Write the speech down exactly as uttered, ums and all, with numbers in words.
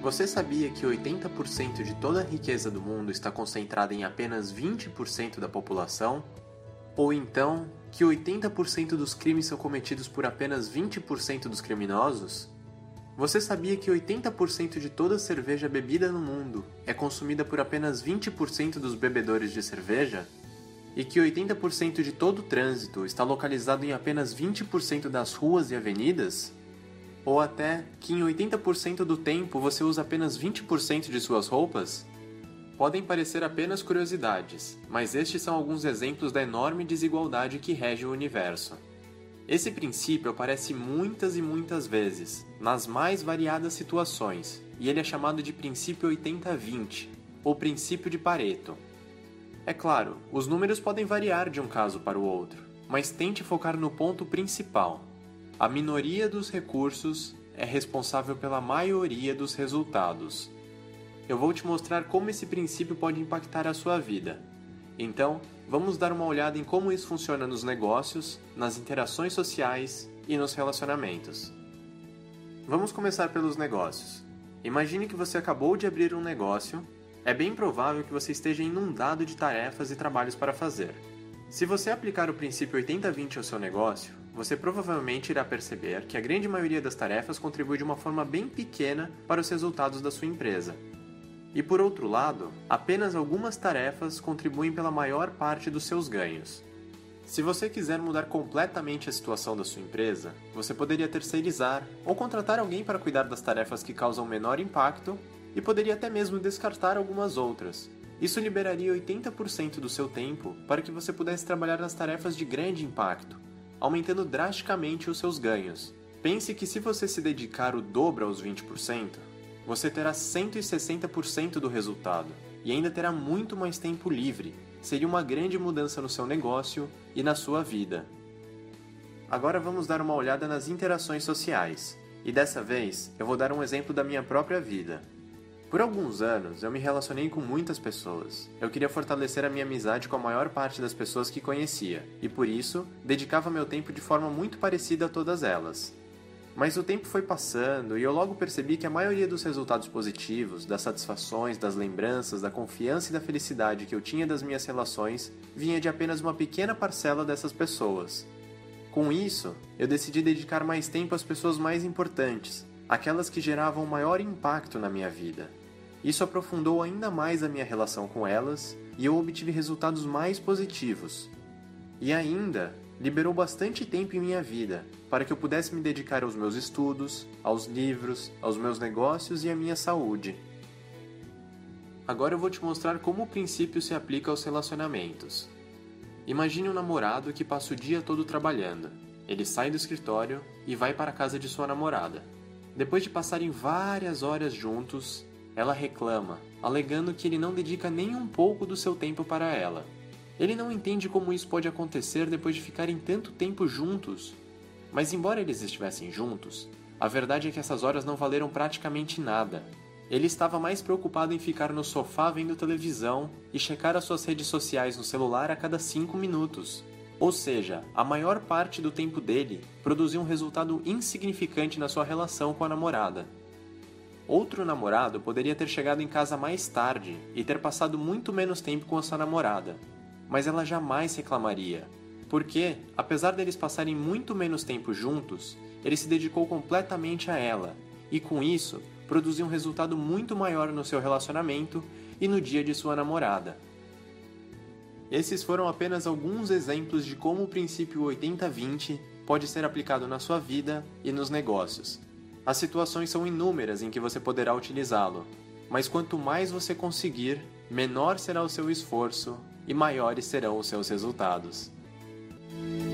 Você sabia que oitenta por cento de toda a riqueza do mundo está concentrada em apenas vinte por cento da população? Ou então, que oitenta por cento dos crimes são cometidos por apenas vinte por cento dos criminosos? Você sabia que oitenta por cento de toda a cerveja bebida no mundo é consumida por apenas vinte por cento dos bebedores de cerveja? E que oitenta por cento de todo o trânsito está localizado em apenas vinte por cento das ruas e avenidas? Ou até que em oitenta por cento do tempo você usa apenas vinte por cento de suas roupas? Podem parecer apenas curiosidades, mas estes são alguns exemplos da enorme desigualdade que rege o universo. Esse princípio aparece muitas e muitas vezes, nas mais variadas situações, e ele é chamado de princípio oitenta vinte, ou princípio de Pareto. É claro, os números podem variar de um caso para o outro, mas tente focar no ponto principal. A minoria dos recursos é responsável pela maioria dos resultados. Eu vou te mostrar como esse princípio pode impactar a sua vida. Então, vamos dar uma olhada em como isso funciona nos negócios, nas interações sociais e nos relacionamentos. Vamos começar pelos negócios. Imagine que você acabou de abrir um negócio. É bem provável que você esteja inundado de tarefas e trabalhos para fazer. Se você aplicar o princípio oitenta vinte ao seu negócio, você provavelmente irá perceber que a grande maioria das tarefas contribui de uma forma bem pequena para os resultados da sua empresa. E por outro lado, apenas algumas tarefas contribuem pela maior parte dos seus ganhos. Se você quiser mudar completamente a situação da sua empresa, você poderia terceirizar ou contratar alguém para cuidar das tarefas que causam menor impacto e poderia até mesmo descartar algumas outras. Isso liberaria oitenta por cento do seu tempo para que você pudesse trabalhar nas tarefas de grande impacto, aumentando drasticamente os seus ganhos. Pense que se você se dedicar o dobro aos vinte por cento, você terá cento e sessenta por cento do resultado e ainda terá muito mais tempo livre. Seria uma grande mudança no seu negócio e na sua vida. Agora vamos dar uma olhada nas interações sociais. E dessa vez, eu vou dar um exemplo da minha própria vida. Por alguns anos, eu me relacionei com muitas pessoas. Eu queria fortalecer a minha amizade com a maior parte das pessoas que conhecia, e por isso, dedicava meu tempo de forma muito parecida a todas elas. Mas o tempo foi passando e eu logo percebi que a maioria dos resultados positivos, das satisfações, das lembranças, da confiança e da felicidade que eu tinha das minhas relações vinha de apenas uma pequena parcela dessas pessoas. Com isso, eu decidi dedicar mais tempo às pessoas mais importantes, aquelas que geravam maior impacto na minha vida. Isso aprofundou ainda mais a minha relação com elas e eu obtive resultados mais positivos. E ainda, liberou bastante tempo em minha vida para que eu pudesse me dedicar aos meus estudos, aos livros, aos meus negócios e à minha saúde. Agora eu vou te mostrar como o princípio se aplica aos relacionamentos. Imagine um namorado que passa o dia todo trabalhando. Ele sai do escritório e vai para a casa de sua namorada. Depois de passarem várias horas juntos, ela reclama, alegando que ele não dedica nem um pouco do seu tempo para ela. Ele não entende como isso pode acontecer depois de ficarem tanto tempo juntos. Mas embora eles estivessem juntos, a verdade é que essas horas não valeram praticamente nada. Ele estava mais preocupado em ficar no sofá vendo televisão e checar as suas redes sociais no celular a cada cinco minutos. Ou seja, a maior parte do tempo dele produziu um resultado insignificante na sua relação com a namorada. Outro namorado poderia ter chegado em casa mais tarde e ter passado muito menos tempo com a sua namorada, mas ela jamais reclamaria, porque, apesar deles passarem muito menos tempo juntos, ele se dedicou completamente a ela, e com isso, produziu um resultado muito maior no seu relacionamento e no dia de sua namorada. Esses foram apenas alguns exemplos de como o princípio oitenta vinte pode ser aplicado na sua vida e nos negócios. As situações são inúmeras em que você poderá utilizá-lo, mas quanto mais você conseguir, menor será o seu esforço e maiores serão os seus resultados.